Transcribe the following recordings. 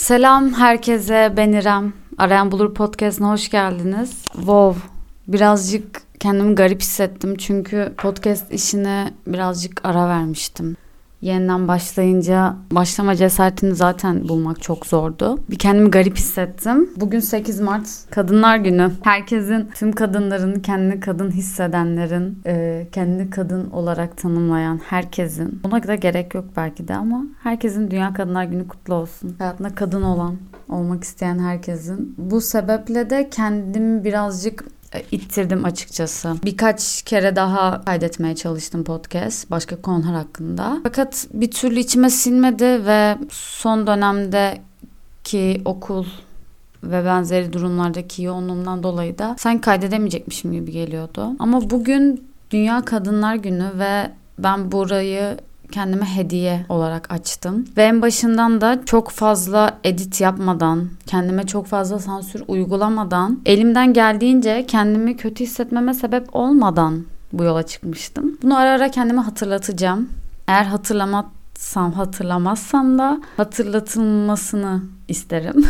Selam herkese, ben İrem. Arayan Bulur Podcast'ına hoş geldiniz. Wow, birazcık kendimi garip hissettim çünkü podcast işine birazcık ara vermiştim. Yeniden başlama cesaretini zaten bulmak çok zordu. Bir kendimi garip hissettim. Bugün 8 Mart Kadınlar Günü. Herkesin, tüm kadınların, kendini kadın hissedenlerin, kendini kadın olarak tanımlayan herkesin, buna da gerek yok belki de ama herkesin Dünya Kadınlar Günü kutlu olsun. Hayatında kadın olmak isteyen herkesin. Bu sebeple de kendimi birazcık ittirdim açıkçası. Birkaç kere daha kaydetmeye çalıştım podcast başka konular hakkında. Fakat bir türlü içime sinmedi ve son dönemdeki okul ve benzeri durumlardaki yoğunluğumdan dolayı da sanki kaydedemeyecekmişim gibi geliyordu. Ama bugün Dünya Kadınlar Günü ve ben burayı kendime hediye olarak açtım. Ve en başından da çok fazla edit yapmadan, kendime çok fazla sansür uygulamadan, elimden geldiğince kendimi kötü hissetmeme sebep olmadan bu yola çıkmıştım. Bunu ara ara kendime hatırlatacağım. Eğer hatırlamazsam da hatırlatılmasını isterim.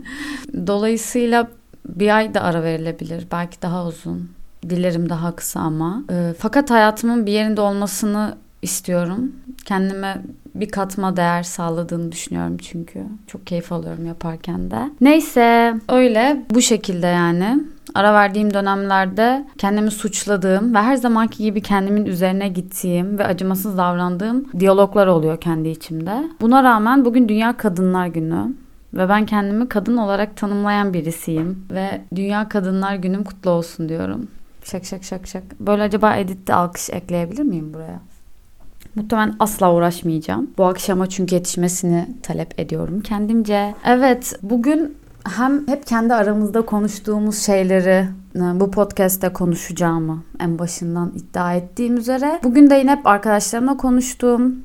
Dolayısıyla bir ay da ara verilebilir. Belki daha uzun. Dilerim daha kısa ama. Fakat hayatımın bir yerinde olmasını istiyorum. Kendime bir katma değer sağladığını düşünüyorum çünkü. Çok keyif alıyorum yaparken de. Neyse, öyle bu şekilde yani. Ara verdiğim dönemlerde kendimi suçladığım ve her zamanki gibi kendimin üzerine gittiğim ve acımasız davrandığım diyaloglar oluyor kendi içimde. Buna rağmen bugün Dünya Kadınlar Günü ve ben kendimi kadın olarak tanımlayan birisiyim ve Dünya Kadınlar Günüm kutlu olsun diyorum. Şak şak şak şak. Böyle acaba editte alkış ekleyebilir miyim buraya? Muhtemelen asla uğraşmayacağım. Bu akşama çünkü yetişmesini talep ediyorum kendimce. Evet, bugün hem hep kendi aramızda konuştuğumuz şeyleri bu podcast'te konuşacağımı en başından iddia ettiğim üzere. Bugün de yine hep arkadaşlarımla konuştuğum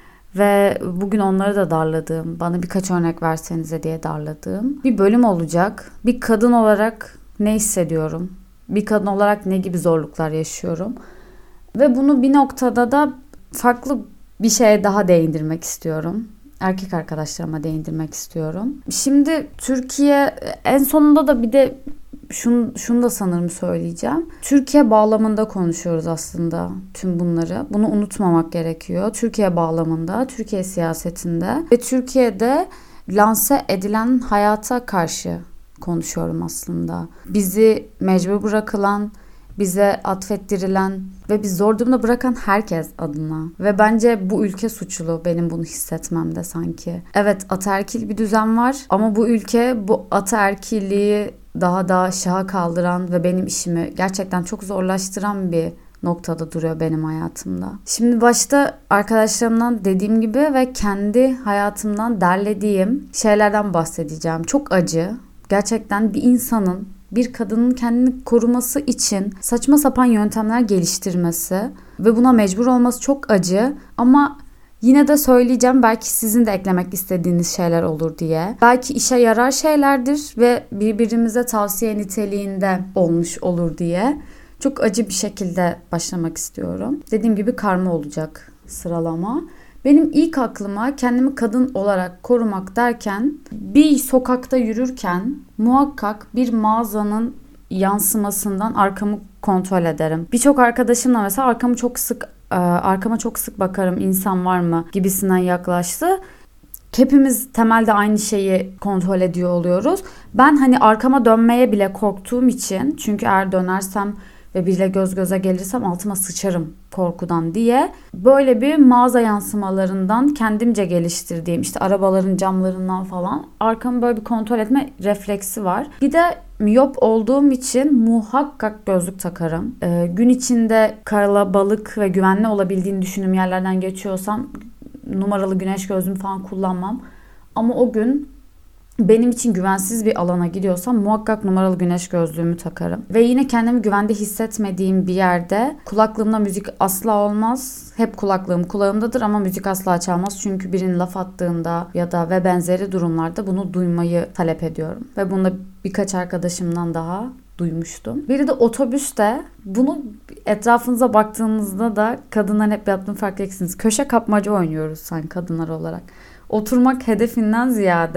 ve bugün onları da darladığım, bana birkaç örnek versenize diye darladığım bir bölüm olacak. Bir kadın olarak ne hissediyorum? Bir kadın olarak ne gibi zorluklar yaşıyorum? Ve bunu bir noktada da farklı bir şeye daha değindirmek istiyorum. Erkek arkadaşlarıma değindirmek istiyorum. Şimdi Türkiye, en sonunda da bir de şunu da sanırım söyleyeceğim. Türkiye bağlamında konuşuyoruz aslında tüm bunları. Bunu unutmamak gerekiyor. Türkiye bağlamında, Türkiye siyasetinde ve Türkiye'de lanse edilen hayata karşı konuşuyorum aslında. Bizi mecbur bırakılan, bize atfettirilen ve biz zor durumda bırakan herkes adına. Ve bence bu ülke suçlu benim bunu hissetmemde sanki. Evet, ataerkil bir düzen var ama bu ülke bu ataerkilliği daha da aşağı kaldıran ve benim işimi gerçekten çok zorlaştıran bir noktada duruyor benim hayatımda. Şimdi başta arkadaşlarımdan dediğim gibi ve kendi hayatımdan derlediğim şeylerden bahsedeceğim. Çok acı. Gerçekten bir kadının kendini koruması için saçma sapan yöntemler geliştirmesi ve buna mecbur olması çok acı ama yine de söyleyeceğim, belki sizin de eklemek istediğiniz şeyler olur diye. Belki işe yarar şeylerdir ve birbirimize tavsiye niteliğinde olmuş olur diye. Çok acı bir şekilde başlamak istiyorum. Dediğim gibi karma olacak sıralama. Benim ilk aklıma kendimi kadın olarak korumak derken bir sokakta yürürken muhakkak bir mağazanın yansımasından arkamı kontrol ederim. Birçok arkadaşımla mesela arkama çok sık bakarım, insan var mı gibisinden yaklaştı. Hepimiz temelde aynı şeyi kontrol ediyor oluyoruz. Ben arkama dönmeye bile korktuğum için, çünkü eğer dönersem ve biriyle göz göze gelirsem altıma sıçarım korkudan diye böyle bir mağaza yansımalarından kendimce geliştirdiğim, işte arabaların camlarından falan arkamı böyle bir kontrol etme refleksi var. Bir de miyop olduğum için muhakkak gözlük takarım. Gün içinde kalabalık ve güvenli olabildiğini düşündüğüm yerlerden geçiyorsam numaralı güneş gözlüğümü falan kullanmam. Ama o gün benim için güvensiz bir alana gidiyorsam muhakkak numaralı güneş gözlüğümü takarım. Ve yine kendimi güvende hissetmediğim bir yerde kulaklığımla müzik asla olmaz. Hep kulaklığım kulağımdadır ama müzik asla çalmaz. Çünkü birinin laf attığında ya da ve benzeri durumlarda bunu duymayı talep ediyorum. Ve bunu da birkaç arkadaşımdan daha duymuştum. Biri de otobüste, bunu etrafınıza baktığınızda da kadınların hep yaptığını fark edeceksiniz. Köşe kapmaca oynuyoruz sanki kadınlar olarak. Oturmak hedefinden ziyade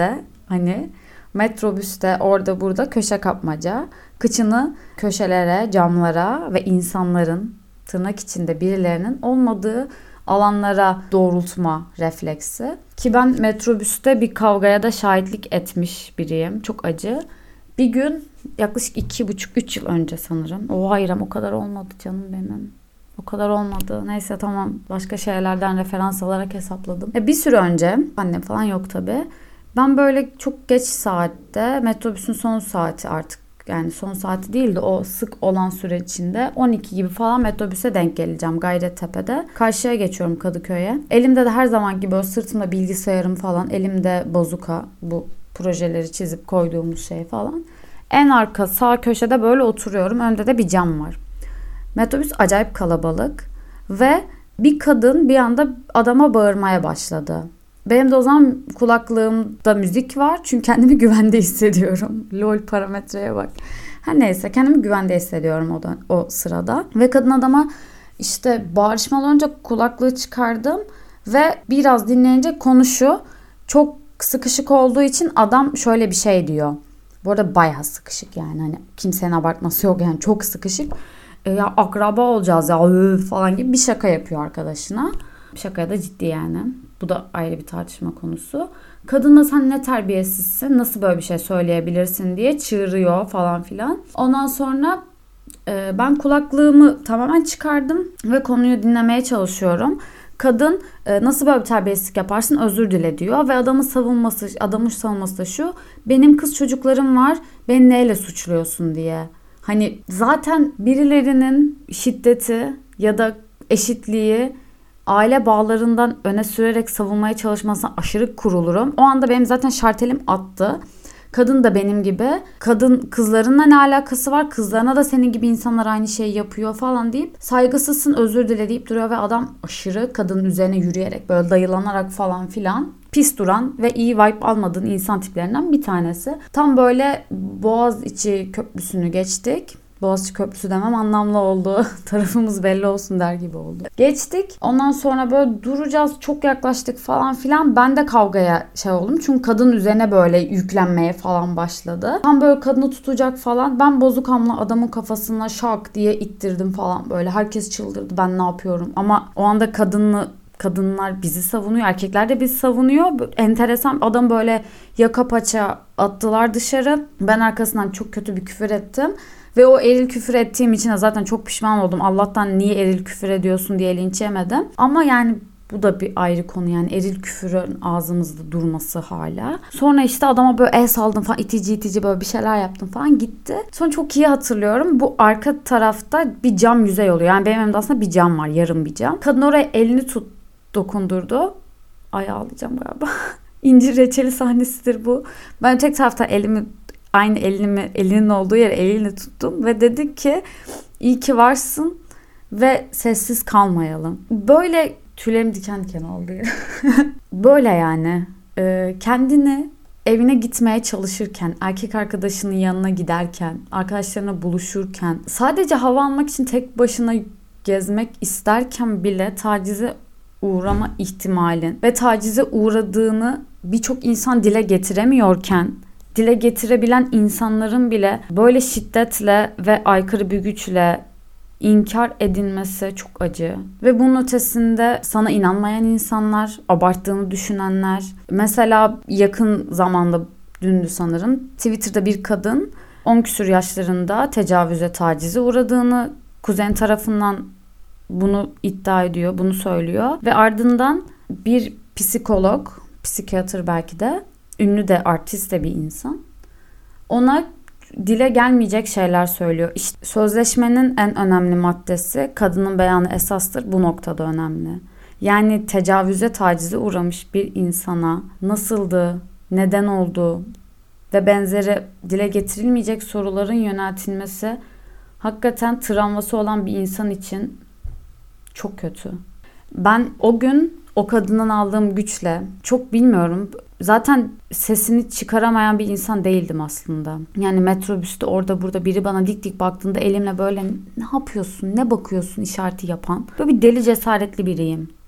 Hani metrobüste orada burada köşe kapmaca, kıçını köşelere, camlara ve insanların, tırnak içinde birilerinin olmadığı alanlara doğrultma refleksi. Ki ben metrobüste bir kavgaya da şahitlik etmiş biriyim. Çok acı. Bir gün yaklaşık 2,5-3 yıl önce sanırım. Hayır, o kadar olmadı canım benim. O kadar olmadı. Neyse tamam, başka şeylerden referans alarak hesapladım. Bir süre önce, annem falan yok tabii. Ben böyle çok geç saatte, metrobüsün son saati artık, yani son saati değil de o sık olan süre içinde 12 gibi falan metrobüse denk geleceğim Gayrettepe'de. Karşıya geçiyorum Kadıköy'e. Elimde de her zaman gibi, o sırtımda bilgisayarım falan, elimde bazuka, bu projeleri çizip koyduğumuz şey falan. En arka sağ köşede böyle oturuyorum. Önde de bir cam var. Metrobüs acayip kalabalık ve bir kadın bir anda adama bağırmaya başladı. Benim de o zaman kulaklığımda müzik var. Çünkü kendimi güvende hissediyorum. LOL parametreye bak. Her neyse, kendimi güvende hissediyorum o sırada. Ve kadın adama işte bağırışmalı olunca kulaklığı çıkardım. Ve biraz dinleyince konu şu. Çok sıkışık olduğu için adam şöyle bir şey diyor. Bu arada bayağı sıkışık yani. Hani kimsenin abartması yok yani, çok sıkışık. Ya akraba olacağız ya falan gibi bir şaka yapıyor arkadaşına. Şakaya da ciddi yani. Bu da ayrı bir tartışma konusu. Kadın da sen ne terbiyesizsin, nasıl böyle bir şey söyleyebilirsin diye çığırıyor falan filan. Ondan sonra ben kulaklığımı tamamen çıkardım ve konuyu dinlemeye çalışıyorum. Kadın nasıl böyle bir terbiyesizlik yaparsın, özür dile diyor ve adamın savunması da şu: benim kız çocuklarım var, beni neyle suçluyorsun diye. Hani zaten birilerinin şiddeti ya da eşitliği aile bağlarından öne sürerek savunmaya çalışmasına aşırı kurulurum. O anda benim zaten şartelim attı. Kadın da benim gibi. Kadın kızlarınla ne alakası var? Kızlarına da senin gibi insanlar aynı şeyi yapıyor falan deyip saygısızsın, özür dile deyip duruyor ve adam aşırı kadının üzerine yürüyerek böyle dayılanarak falan filan pis duran ve iyi vibe almadığın insan tiplerinden bir tanesi. Tam böyle Boğaziçi Köprüsü'nü geçtik. Boğaziçi Köprüsü demem anlamlı oldu. Tarafımız belli olsun der gibi oldu. Geçtik. Ondan sonra böyle duracağız. Çok yaklaştık falan filan. Ben de kavgaya oldum. Çünkü kadın üzerine böyle yüklenmeye falan başladı. Tam böyle kadını tutacak falan. Ben bozukamla adamın kafasına şak diye ittirdim falan böyle. Herkes çıldırdı. Ben ne yapıyorum? Ama o anda kadınlar bizi savunuyor. Erkekler de bizi savunuyor. Enteresan, adam böyle yaka paça attılar dışarı. Ben arkasından çok kötü bir küfür ettim. Ve o eril küfür ettiğim için zaten çok pişman oldum. Allah'tan niye eril küfür ediyorsun diye linç yemedim. Ama yani bu da bir ayrı konu yani, eril küfürün ağzımızda durması hala. Sonra işte adama böyle el saldım falan, itici böyle bir şeyler yaptım falan, gitti. Sonra çok iyi hatırlıyorum. Bu arka tarafta bir cam yüzey oluyor. Yani benim elimde aslında bir cam var, yarım bir cam. Kadın oraya elini dokundurdu. Ay ağlayacağım galiba. İncir reçeli sahnesidir bu. Ben tek taraftan elinin olduğu yere elini tuttum ve dedik ki iyi ki varsın ve sessiz kalmayalım. Böyle tüylerim diken diken oldu. Böyle yani kendini evine gitmeye çalışırken, erkek arkadaşının yanına giderken, arkadaşlarına buluşurken, sadece hava almak için tek başına gezmek isterken bile tacize uğrama ihtimalin ve tacize uğradığını birçok insan dile getiremiyorken, dile getirebilen insanların bile böyle şiddetle ve aykırı bir güçle inkar edilmesi çok acı. Ve bunun ötesinde sana inanmayan insanlar, abarttığını düşünenler. Mesela yakın zamanda, dündü sanırım, Twitter'da bir kadın 10 küsur yaşlarında tecavüze, tacize uğradığını, kuzen tarafından bunu iddia ediyor, bunu söylüyor. Ve ardından bir psikolog, psikiyatr belki de, ünlü de, artist de bir insan, ona dile gelmeyecek şeyler söylüyor. İşte sözleşmenin en önemli maddesi kadının beyanı esastır, bu noktada önemli. Yani tecavüze, tacize uğramış bir insana nasıldı, neden oldu ve benzeri dile getirilmeyecek soruların yöneltilmesi hakikaten travması olan bir insan için çok kötü. Ben o gün o kadından aldığım güçle, çok bilmiyorum, zaten sesini çıkaramayan bir insan değildim aslında. Yani metrobüste orada burada biri bana dik dik baktığında elimle böyle ne yapıyorsun, ne bakıyorsun işareti yapan, böyle bir deli cesaretli biriyim.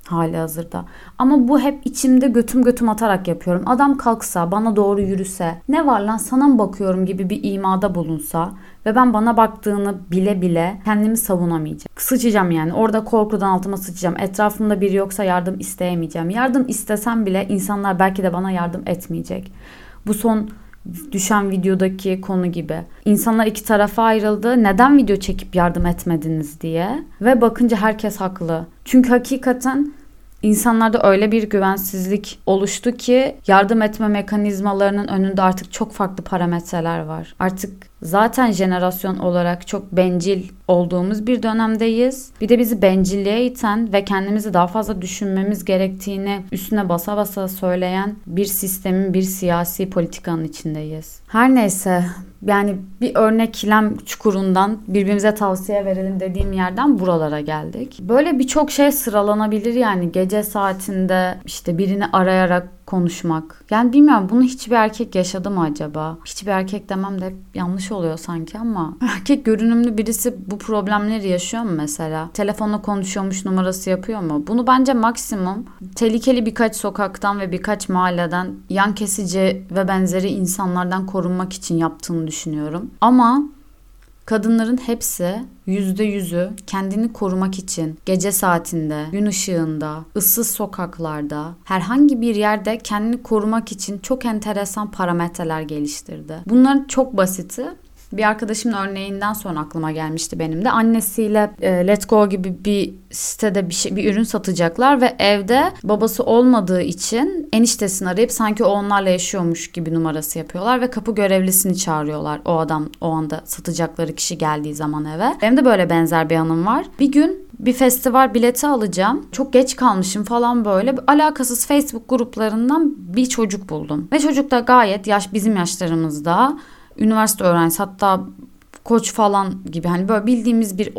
hali hazırda. Ama bu hep içimde götüm atarak yapıyorum. Adam kalksa, bana doğru yürüse, ne var lan sana mı bakıyorum gibi bir imada bulunsa ve ben bana baktığını bile bile kendimi savunamayacağım. Sıçacağım yani. Orada korkudan altıma sıçacağım. Etrafımda biri yoksa yardım isteyemeyeceğim. Yardım istesem bile insanlar belki de bana yardım etmeyecek. Bu son düşen videodaki konu gibi. İnsanlar iki tarafa ayrıldı. Neden video çekip yardım etmediniz diye. Ve bakınca herkes haklı. Çünkü hakikaten İnsanlarda öyle bir güvensizlik oluştu ki yardım etme mekanizmalarının önünde artık çok farklı parametreler var. Artık zaten jenerasyon olarak çok bencil olduğumuz bir dönemdeyiz. Bir de bizi bencilliğe iten ve kendimizi daha fazla düşünmemiz gerektiğini üstüne basa basa söyleyen bir sistemin, bir siyasi politikanın içindeyiz. Her neyse, yani bir örneklem çukurundan birbirimize tavsiye verelim dediğim yerden buralara geldik. Böyle birçok şey sıralanabilir yani gece saatinde işte birini arayarak konuşmak. Yani bilmiyorum, bunu hiçbir erkek yaşadı mı acaba? Hiçbir erkek demem de hep yanlış oluyor sanki ama erkek görünümlü birisi bu problemleri yaşıyor mu mesela? Telefonla konuşuyormuş numarası yapıyor mu? Bunu bence maksimum tehlikeli birkaç sokaktan ve birkaç mahalleden yan kesici ve benzeri insanlardan korunmak için yaptığını düşünüyorum. Ama kadınların hepsi %100'ü kendini korumak için gece saatinde, gün ışığında, ıssız sokaklarda, herhangi bir yerde kendini korumak için çok enteresan parametreler geliştirdi. Bunların çok basiti. Bir arkadaşımın örneğinden sonra aklıma gelmişti benim de. Annesiyle Let's Go gibi bir sitede bir ürün satacaklar ve evde babası olmadığı için eniştesini arayıp sanki o onlarla yaşıyormuş gibi numarası yapıyorlar ve kapı görevlisini çağırıyorlar. O adam o anda satacakları kişi geldiği zaman eve. Benim de böyle benzer bir anım var. Bir gün bir festival bileti alacağım. Çok geç kalmışım falan böyle. Alakasız Facebook gruplarından bir çocuk buldum. Ve çocuk da gayet bizim yaşlarımızda. Üniversite öğrencisi, hatta koç falan gibi, hani böyle bildiğimiz bir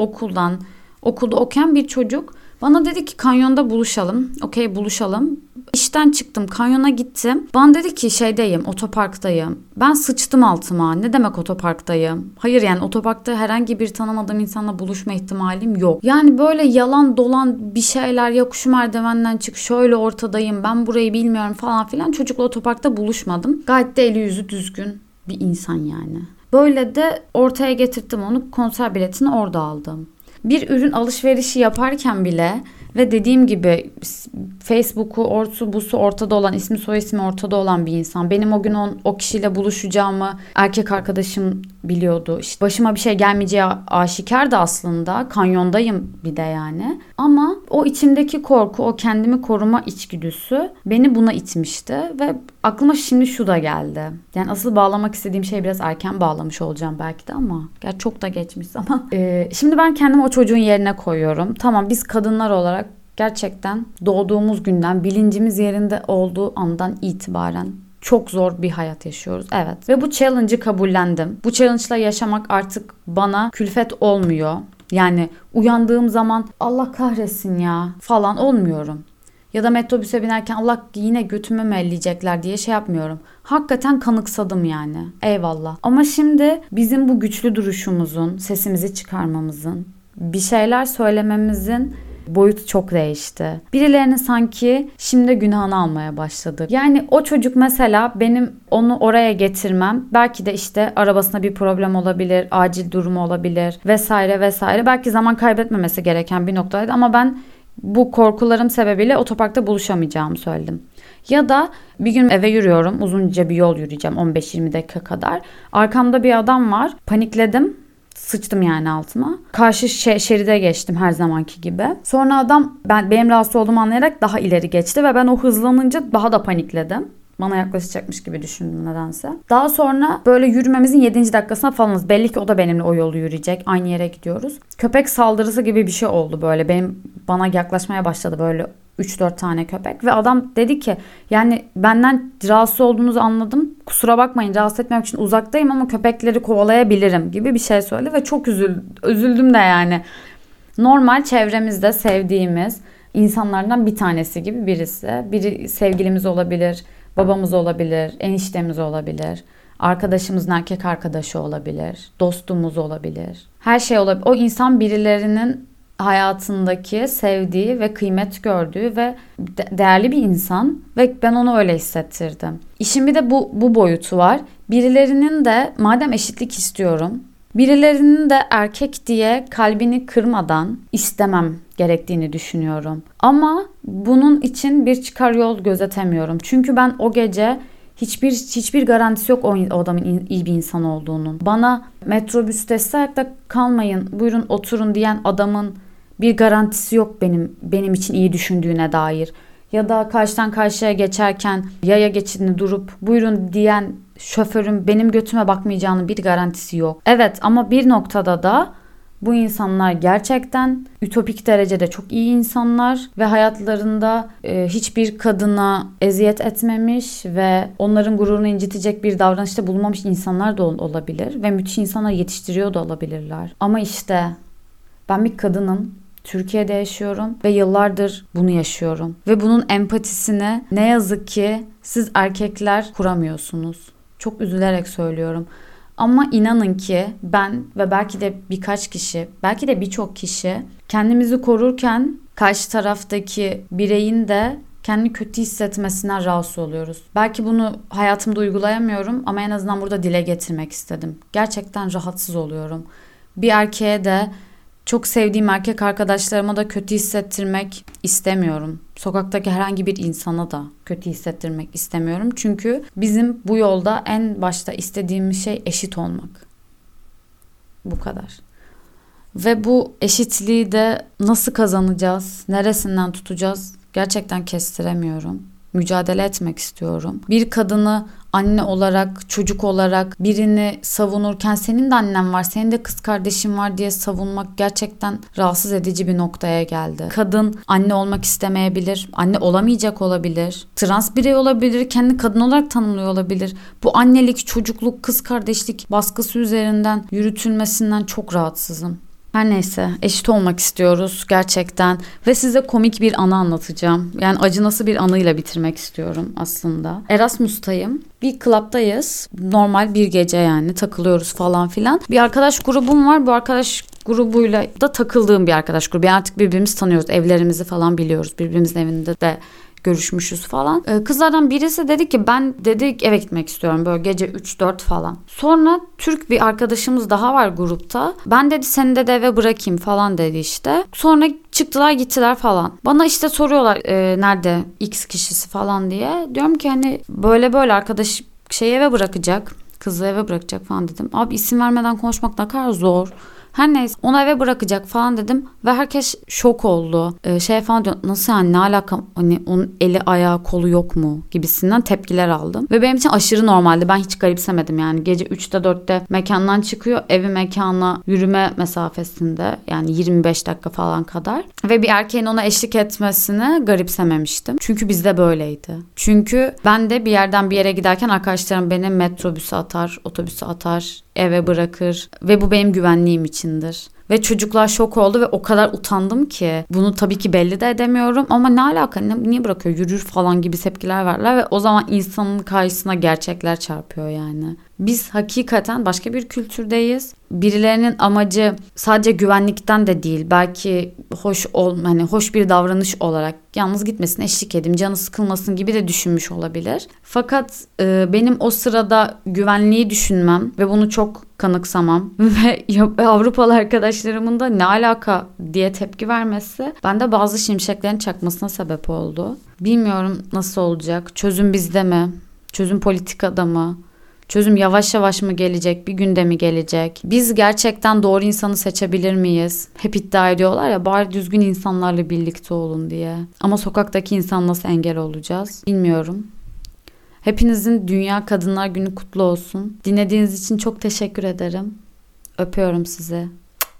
okulda okuyan bir çocuk. Bana dedi ki kanyonda buluşalım. Okey, buluşalım. İşten çıktım, kanyona gittim. Bana dedi ki şeydeyim, otoparktayım. Ben sıçtım altıma. Ne demek otoparktayım? Hayır, yani otoparkta herhangi bir tanımadığım insanla buluşma ihtimalim yok. Yani böyle yalan dolan bir şeyler, ya şu merdivenden çık, şöyle ortadayım, ben burayı bilmiyorum falan filan. Çocukla otoparkta buluşmadım. Gayet de eli yüzü düzgün bir insan yani. Böyle de ortaya getirttim onu, konser biletini orada aldım. Bir ürün alışverişi yaparken bile ve dediğim gibi Facebook'u, busu ortada olan, ismi soy ismi ortada olan bir insan. Benim o gün o kişiyle buluşacağımı erkek arkadaşım biliyordu. İşte başıma bir şey gelmeyeceği aşikardı aslında. Kanyondayım bir de yani. Ama o içimdeki korku, o kendimi koruma içgüdüsü beni buna itmişti ve aklıma şimdi şu da geldi. Yani asıl bağlamak istediğim şey biraz erken bağlamış olacağım belki de ama gerçi çok da geçmiş ama. Şimdi ben kendimi o çocuğun yerine koyuyorum. Tamam, biz kadınlar olarak gerçekten doğduğumuz günden, bilincimiz yerinde olduğu andan itibaren çok zor bir hayat yaşıyoruz. Evet. Ve bu challenge'ı kabullendim. Bu challenge'la yaşamak artık bana külfet olmuyor. Yani uyandığım zaman Allah kahretsin ya falan olmuyorum. Ya da metrobüse binerken Allah yine götümü mü elleyecekler diye şey yapmıyorum. Hakikaten kanıksadım yani. Eyvallah. Ama şimdi bizim bu güçlü duruşumuzun, sesimizi çıkarmamızın, bir şeyler söylememizin boyutu çok değişti. Birilerinin sanki şimdi günahını almaya başladık. Yani o çocuk mesela, benim onu oraya getirmem belki de işte arabasına bir problem olabilir, acil durumu olabilir vesaire vesaire. Belki zaman kaybetmemesi gereken bir noktaydı ama ben bu korkularım sebebiyle otoparkta buluşamayacağımı söyledim. Ya da bir gün eve yürüyorum, uzunca bir yol yürüyeceğim 15-20 dakika kadar. Arkamda bir adam var, panikledim. Sıçtım yani altıma. Karşı şeride geçtim her zamanki gibi. Sonra adam benim rahatsız olduğumu anlayarak daha ileri geçti ve ben o hızlanınca daha da panikledim. Bana yaklaşacakmış gibi düşündüm nedense. Daha sonra böyle yürümemizin 7. dakikasına falanız. Belli ki o da benimle o yolu yürüyecek. Aynı yere gidiyoruz. Köpek saldırısı gibi bir şey oldu böyle. Bana yaklaşmaya başladı böyle 3-4 tane köpek. Ve adam dedi ki yani benden rahatsız olduğunuzu anladım. Kusura bakmayın, rahatsız etmemek için uzaktayım ama köpekleri kovalayabilirim gibi bir şey söyledi. Ve çok üzüldüm de yani. Normal çevremizde sevdiğimiz insanlardan bir tanesi gibi birisi. Biri sevgilimiz olabilir, babamız olabilir, eniştemiz olabilir, arkadaşımızın erkek arkadaşı olabilir, dostumuz olabilir. Her şey olabilir. O insan birilerinin hayatındaki sevdiği ve kıymet gördüğü ve değerli bir insan ve ben onu öyle hissettirdim. İşin bir de bu boyutu var. Birilerinin de madem eşitlik istiyorum, birilerinin de erkek diye kalbini kırmadan istemem gerektiğini düşünüyorum. Ama bunun için bir çıkar yol gözetemiyorum. Çünkü ben o gece hiçbir garantisi yok o adamın iyi bir insan olduğunun. Bana metrobüste ayakta kalmayın, buyurun oturun diyen adamın bir garantisi yok benim için iyi düşündüğüne dair. Ya da karşıdan karşıya geçerken yaya geçidini durup buyurun diyen şoförün benim götüme bakmayacağının bir garantisi yok. Evet, ama bir noktada da bu insanlar gerçekten ütopik derecede çok iyi insanlar ve hayatlarında hiçbir kadına eziyet etmemiş ve onların gururunu incitecek bir davranışta bulunmamış insanlar da olabilir ve müthiş insanlar yetiştiriyor da olabilirler. Ama işte ben bir kadınım. Türkiye'de yaşıyorum ve yıllardır bunu yaşıyorum. Ve bunun empatisini ne yazık ki siz erkekler kuramıyorsunuz. Çok üzülerek söylüyorum. Ama inanın ki ben ve belki de birkaç kişi, belki de birçok kişi kendimizi korurken karşı taraftaki bireyin de kendini kötü hissetmesinden rahatsız oluyoruz. Belki bunu hayatımda uygulayamıyorum ama en azından burada dile getirmek istedim. Gerçekten rahatsız oluyorum. Bir erkeğe de çok sevdiğim erkek arkadaşlarıma da kötü hissettirmek istemiyorum. Sokaktaki herhangi bir insana da kötü hissettirmek istemiyorum. Çünkü bizim bu yolda en başta istediğimiz şey eşit olmak. Bu kadar. Ve bu eşitliği de nasıl kazanacağız, neresinden tutacağız gerçekten kestiremiyorum. Mücadele etmek istiyorum. Bir kadını anne olarak, çocuk olarak birini savunurken senin de annen var, senin de kız kardeşin var diye savunmak gerçekten rahatsız edici bir noktaya geldi. Kadın anne olmak istemeyebilir, anne olamayacak olabilir, trans birey olabilir, kendini kadın olarak tanımlıyor olabilir. Bu annelik, çocukluk, kız kardeşlik baskısı üzerinden yürütülmesinden çok rahatsızım. Her neyse, eşit olmak istiyoruz gerçekten ve size komik bir anı anlatacağım. Yani acınası bir anıyla bitirmek istiyorum aslında. Erasmus'tayım. Bir klaptayız. Normal bir gece yani takılıyoruz falan filan. Bir arkadaş grubum var. Bu arkadaş grubuyla da takıldığım bir arkadaş grubu. Yani artık birbirimizi tanıyoruz. Evlerimizi falan biliyoruz. Birbirimizin evinde de görüşmüşüz falan. Kızlardan birisi dedi ki ben eve gitmek istiyorum böyle gece 3-4 falan. Sonra Türk bir arkadaşımız daha var grupta. Ben dedi seni de eve bırakayım falan dedi işte. Sonra çıktılar gittiler falan. Bana işte soruyorlar nerede X kişisi falan diye. Diyorum ki hani böyle arkadaş eve bırakacak. Kızı eve bırakacak falan dedim. Abi isim vermeden konuşmak ne kadar zor. Her neyse onu eve bırakacak falan dedim ve herkes şok oldu. Falan diyor nasıl yani ne alaka hani onun eli ayağı kolu yok mu gibisinden tepkiler aldım. Ve benim için aşırı normaldi. Ben hiç garipsemedim yani. Gece 3'te 4'te mekandan çıkıyor. Evi mekana yürüme mesafesinde yani 25 dakika falan kadar. Ve bir erkeğin ona eşlik etmesini garipsememiştim. Çünkü bizde böyleydi. Çünkü ben de bir yerden bir yere giderken arkadaşlarım beni metrobüse atar, otobüse atar, eve bırakır ve bu benim güvenliğim içindir. Ve çocuklar şok oldu ve o kadar utandım ki bunu tabii ki belli de edemiyorum ama ne alaka niye bırakıyor yürür falan gibi tepkiler verdiler ve o zaman insanın karşısına gerçekler çarpıyor yani. Biz hakikaten başka bir kültürdeyiz. Birilerinin amacı sadece güvenlikten de değil. Belki hoş bir davranış olarak yalnız gitmesin, eşlik edeyim, canı sıkılmasın gibi de düşünmüş olabilir. Fakat benim o sırada güvenliği düşünmem ve bunu çok kanıksamam ve Avrupalı arkadaşlarımın da ne alaka diye tepki vermesi bende bazı şimşeklerin çakmasına sebep oldu. Bilmiyorum nasıl olacak. Çözüm bizde mi? Çözüm politikada mı? Çözüm yavaş yavaş mı gelecek? Bir günde mi gelecek? Biz gerçekten doğru insanı seçebilir miyiz? Hep iddia ediyorlar ya bari düzgün insanlarla birlikte olun diye. Ama sokaktaki insan nasıl engel olacağız? Bilmiyorum. Hepinizin Dünya Kadınlar Günü kutlu olsun. Dinlediğiniz için çok teşekkür ederim. Öpüyorum sizi.